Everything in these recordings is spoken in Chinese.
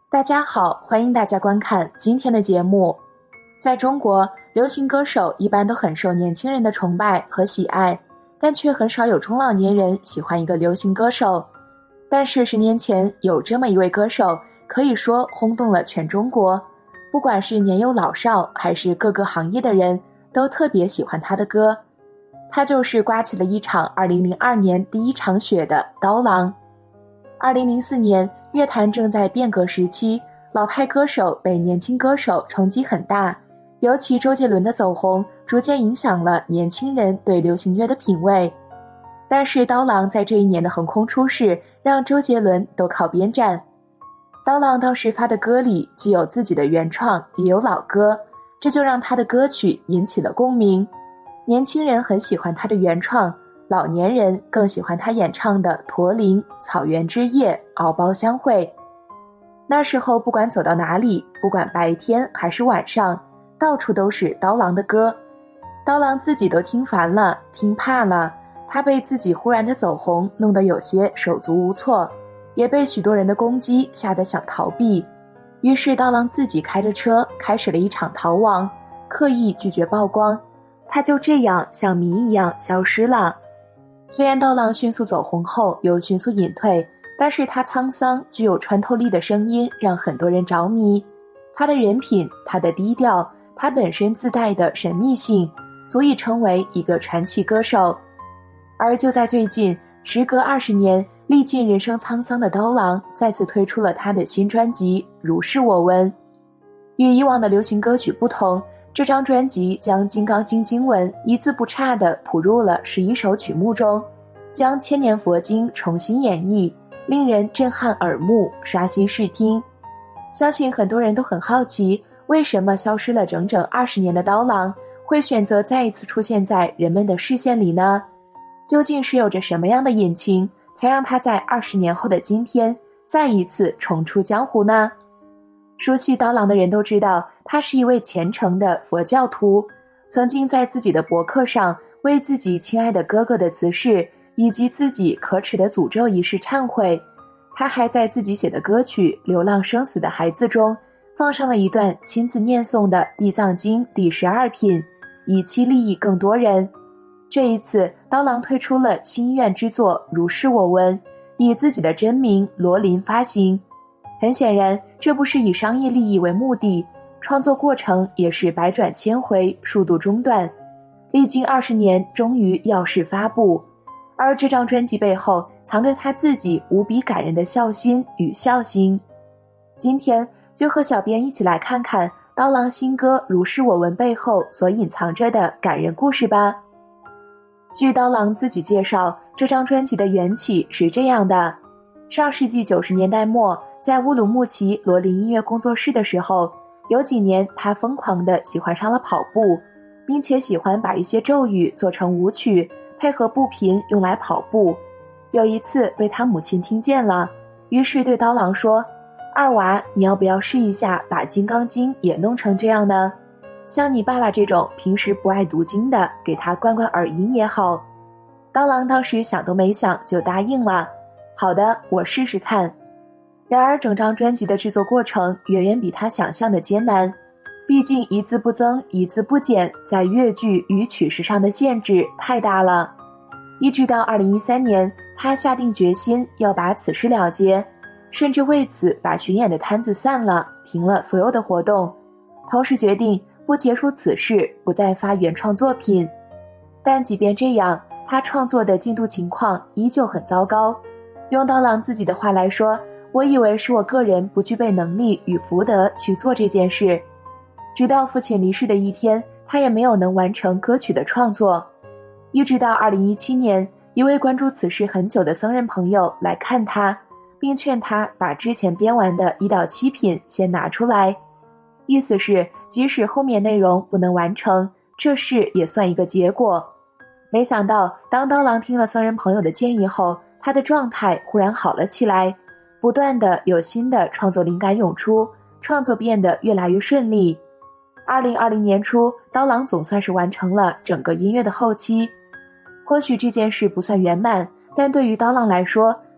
大家好，欢迎大家观看今天的节目。在中国，流行歌手一般都很受年轻人的崇拜和喜爱，但却很少有中老年人喜欢一个流行歌手。但是10年前，有这么一位歌手，可以说轰动了全中国，不管是年幼老少，还是各个行业的人，都特别喜欢他的歌。他就是刮起了一场2002年第一场雪的刀郎。2004年，乐坛正在变革时期，老派歌手被年轻歌手冲击很大，尤其周杰伦的走红，逐渐影响了年轻人对流行乐的品味。但是刀郎在这一年的横空出世，让周杰伦都靠边站。刀郎当时发的歌里既有自己的原创，也有老歌，这就让他的歌曲引起了共鸣。年轻人很喜欢他的原创，老年人更喜欢他演唱的《驼铃》《草原之夜》《敖包相会》。那时候不管走到哪里，不管白天还是晚上，到处都是刀郎的歌。刀郎自己都听烦了，听怕了，他被自己忽然的走红弄得有些手足无措，也被许多人的攻击吓得想逃避。于是刀郎自己开着车开始了一场逃亡，刻意拒绝曝光，他就这样像谜一样消失了。虽然刀郎迅速走红后又迅速隐退，但是他沧桑具有穿透力的声音让很多人着迷。他的人品，他的低调，他本身自带的神秘性，足以成为一个传奇歌手。而就在最近，时隔20年，历尽人生沧桑的刀郎再次推出了他的新专辑《如是我闻》。与以往的流行歌曲不同，这张专辑将《金刚经》经文一字不差地谱入了11首曲目中，将千年佛经重新演绎，令人震撼耳目，刷新视听。相信很多人都很好奇，为什么消失了整整20年的刀郎会选择再一次出现在人们的视线里呢？究竟是有着什么样的隐情，才让他在20年后的今天再一次重出江湖呢？熟悉刀郎的人都知道，他是一位虔诚的佛教徒，曾经在自己的博客上为自己亲爱的哥哥的辞世以及自己可耻的诅咒一事忏悔。他还在自己写的歌曲《流浪生死的孩子》中放上了一段亲自念诵的地藏经第12品，以期利益更多人。这一次，刀郎推出了心愿之作《如是我闻》，以自己的真名罗琳发行。很显然，这不是以商业利益为目的，创作过程也是百转千回，数度中断，历经20年终于要事发布。而这张专辑背后藏着他自己无比感人的孝心与孝心。今天就和小编一起来看看刀郎新歌《如是我闻》背后所隐藏着的感人故事吧。据刀郎自己介绍，这张专辑的缘起是这样的：上世纪90年代末，在乌鲁木齐罗琳音乐工作室的时候，有几年他疯狂地喜欢上了跑步，并且喜欢把一些咒语做成舞曲，配合步频用来跑步。有一次被他母亲听见了，于是对刀郎说：“二娃，你要不要试一下把《金刚经》也弄成这样呢？像你爸爸这种平时不爱读经的，给他灌灌耳音也好。”刀郎当时想都没想就答应了：“好的，我试试看。”然而整张专辑的制作过程远远比他想象的艰难，毕竟一字不增一字不减，在乐句与曲式上的限制太大了。一直到2013年，他下定决心要把此事了结，甚至为此把巡演的摊子散了，停了所有的活动，同时决定不结束此事，不再发原创作品。但即便这样，他创作的进度情况依旧很糟糕。用刀郎自己的话来说，我以为是我个人不具备能力与福德去做这件事。直到父亲离世的一天，他也没有能完成歌曲的创作。一直到2017年，一位关注此事很久的僧人朋友来看他，并劝他把之前编完的1到7品先拿出来，意思是即使后面内容不能完成，这事也算一个结果。没想到当刀郎听了僧人朋友的建议后，他的状态忽然好了起来，不断的有新的创作灵感涌出，创作变得越来越顺利。2020年初，刀郎总算是完成了整个音乐的后期。或许这件事不算圆满，但对于刀郎来说，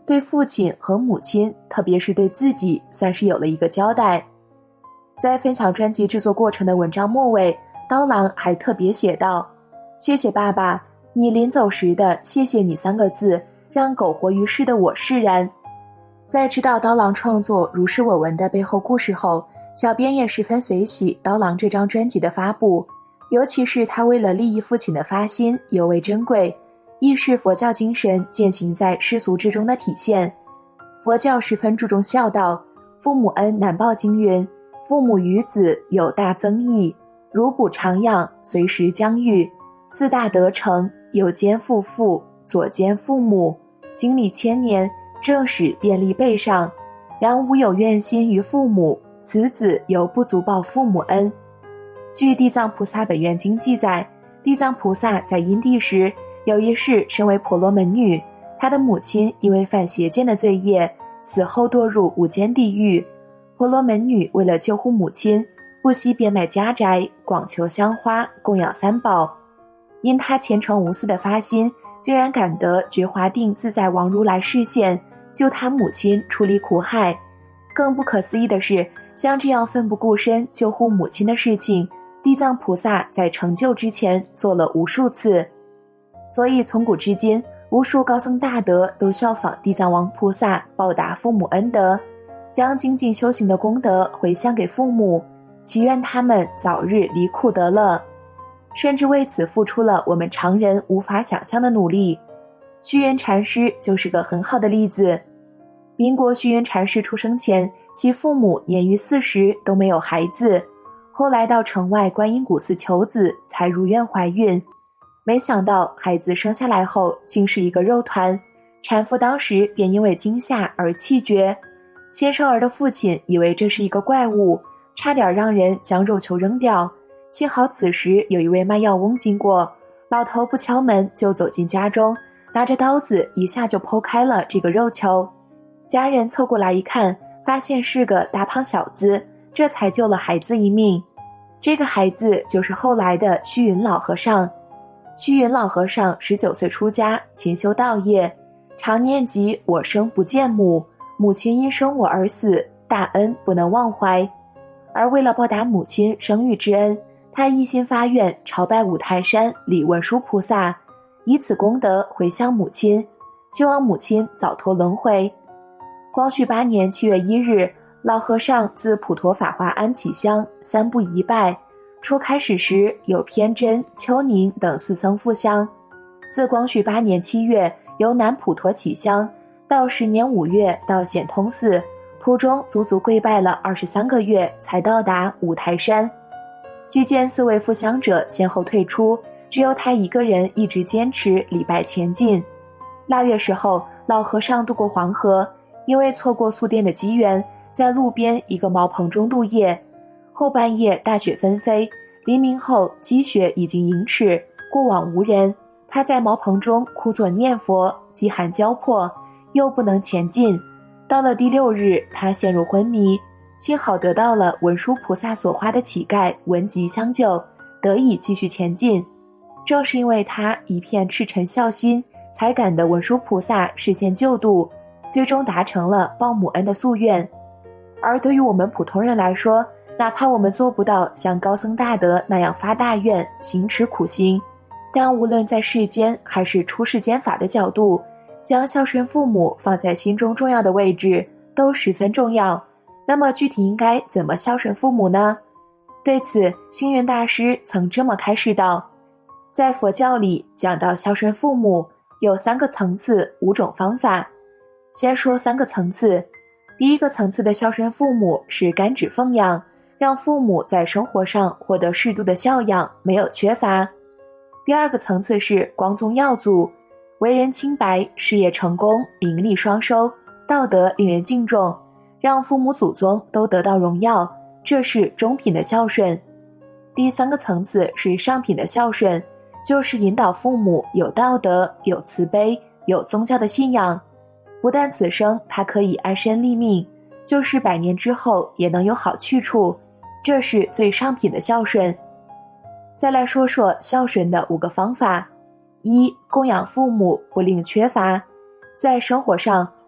对父亲和母亲，特别是对自己，算是有了一个交代。在分享专辑制作过程的文章末尾，刀郎还特别写道：谢谢爸爸，你临走时的谢谢你3个字，让苟活于世的我释然。在知道刀郎创作如是我闻的背后故事后，小编也十分随喜刀郎这张专辑的发布，尤其是他为了利益父亲的发心尤为珍贵，亦是佛教精神践行在世俗之中的体现。佛教十分注重孝道，父母恩难报经云，父母于子有大增益，如补长养，随时将育，4大得成，右肩父父，左肩父母，经历千年，正使便利背上，然无有怨心于父母，此子犹不足报父母恩。据地藏菩萨本愿经记载，地藏菩萨在因地时，有一世身为婆罗门女，她的母亲因为犯邪见的罪业，死后堕入无间地狱。婆罗门女为了救护母亲，不惜变卖家宅，广求香花，供养3宝。因她虔诚无私的发心，竟然感得觉华定自在王如来示现，救她母亲出离苦海。更不可思议的是，像这样奋不顾身救护母亲的事情，地藏菩萨在成就之前做了无数次。所以从古至今，无数高僧大德都效仿地藏王菩萨报答父母恩德，将精进修行的功德回向给父母，祈愿他们早日离苦得乐，甚至为此付出了我们常人无法想象的努力。虚云禅师就是个很好的例子。民国虚云禅师出生前，其父母年逾40都没有孩子，后来到城外观音古寺求子，才如愿怀孕。没想到孩子生下来后竟是一个肉团，产妇当时便因为惊吓而气绝。新生儿的父亲以为这是一个怪物，差点让人将肉球扔掉。幸好此时有一位卖药翁经过，老头不敲门就走进家中，拿着刀子一下就剖开了这个肉球。家人凑过来一看，发现是个大胖小子，这才救了孩子一命。这个孩子就是后来的虚云老和尚。虚云老和尚19岁出家，勤修道业，常念及我生不见母，母亲因生我而死，大恩不能忘怀。而为了报答母亲生育之恩，他一心发愿朝拜五台山礼文殊菩萨，以此功德回向母亲，希望母亲早脱轮回。光绪8年7月1日，老和尚自普陀法华庵起香，3步一拜。初开始时有偏真、丘宁等4僧赴香，自光绪8年7月由南普陀起香，到10年5月到显通寺，途中足足跪拜了23个月，才到达五台山。期间4位赴香者先后退出，只有他一个人一直坚持礼拜前进。腊月时候，老和尚渡过黄河，因为错过宿店的机缘，在路边一个茅棚中度夜。后半夜大雪纷飞，黎明后积雪已经盈尺，过往无人。他在茅棚中枯坐念佛，饥寒交迫，又不能前进。到了第6日，他陷入昏迷，幸好得到了文殊菩萨所化的乞丐文吉相救，得以继续前进。正是因为他一片赤诚孝心，才感得文殊菩萨示现救度，最终达成了报母恩的夙愿。而对于我们普通人来说，哪怕我们做不到像高僧大德那样发大愿，行持苦行，但无论在世间还是出世间法的角度，将孝顺父母放在心中重要的位置，都十分重要。那么具体应该怎么孝顺父母呢？对此，星云大师曾这么开示道：在佛教里讲到孝顺父母，有3个层次，5种方法。先说3个层次。第一个层次的孝顺父母是甘旨奉养，让父母在生活上获得适度的孝养，没有缺乏。第二个层次是光宗耀祖，为人清白，事业成功，名利双收，道德令人敬重，让父母祖宗都得到荣耀，这是中品的孝顺。第3个层次是上品的孝顺，就是引导父母有道德，有慈悲，有宗教的信仰。不但此生他可以安身立命，就是100年之后也能有好去处，这是最上品的孝顺。再来说说孝顺的5个方法。1. 供养父母，不令缺乏。在生活上，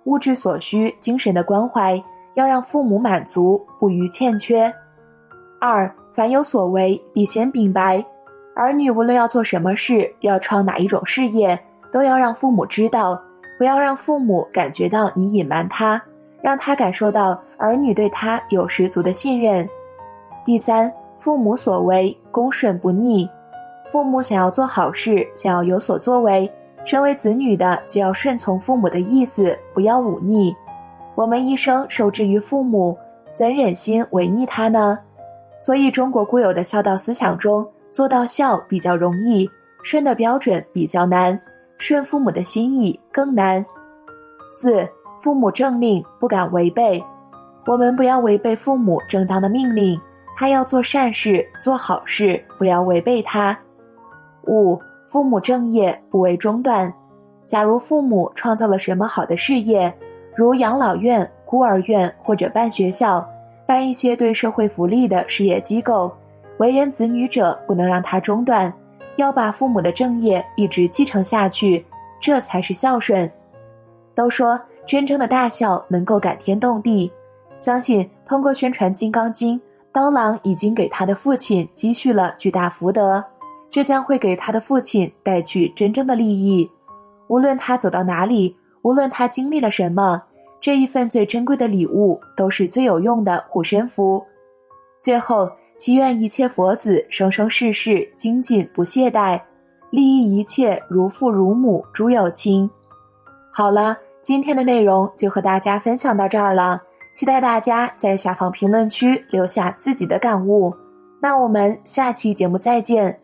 物质所需，精神的关怀，要让父母满足，不予欠缺。2. 凡有所为，必先禀白。儿女无论要做什么事，要创哪一种事业，都要让父母知道，不要让父母感觉到你隐瞒他，让他感受到儿女对他有十足的信任。第3，父母所为，恭顺不逆。父母想要做好事，想要有所作为，身为子女的就要顺从父母的意思，不要忤逆。我们一生受制于父母，怎忍心违逆他呢？所以中国固有的孝道思想中，做到孝比较容易，顺的标准比较难，顺父母的心意更难。4. 父母政令，不敢违背。我们不要违背父母正当的命令，他要做善事，做好事，不要违背他。5. 父母正业，不为中断。假如父母创造了什么好的事业，如养老院、孤儿院或者办学校，办一些对社会福利的事业机构，为人子女者不能让他中断，要把父母的正业一直继承下去，这才是孝顺。都说真正的大孝能够感天动地，相信通过宣传《金刚经》，刀郎已经给他的父亲积蓄了巨大福德，这将会给他的父亲带去真正的利益。无论他走到哪里，无论他经历了什么，这一份最珍贵的礼物都是最有用的护身符。最后，祈愿一切佛子生生世世精进不懈怠，利益一切如父如母诸有亲。好了，今天的内容就和大家分享到这儿了，期待大家在下方评论区留下自己的感悟。那我们下期节目再见，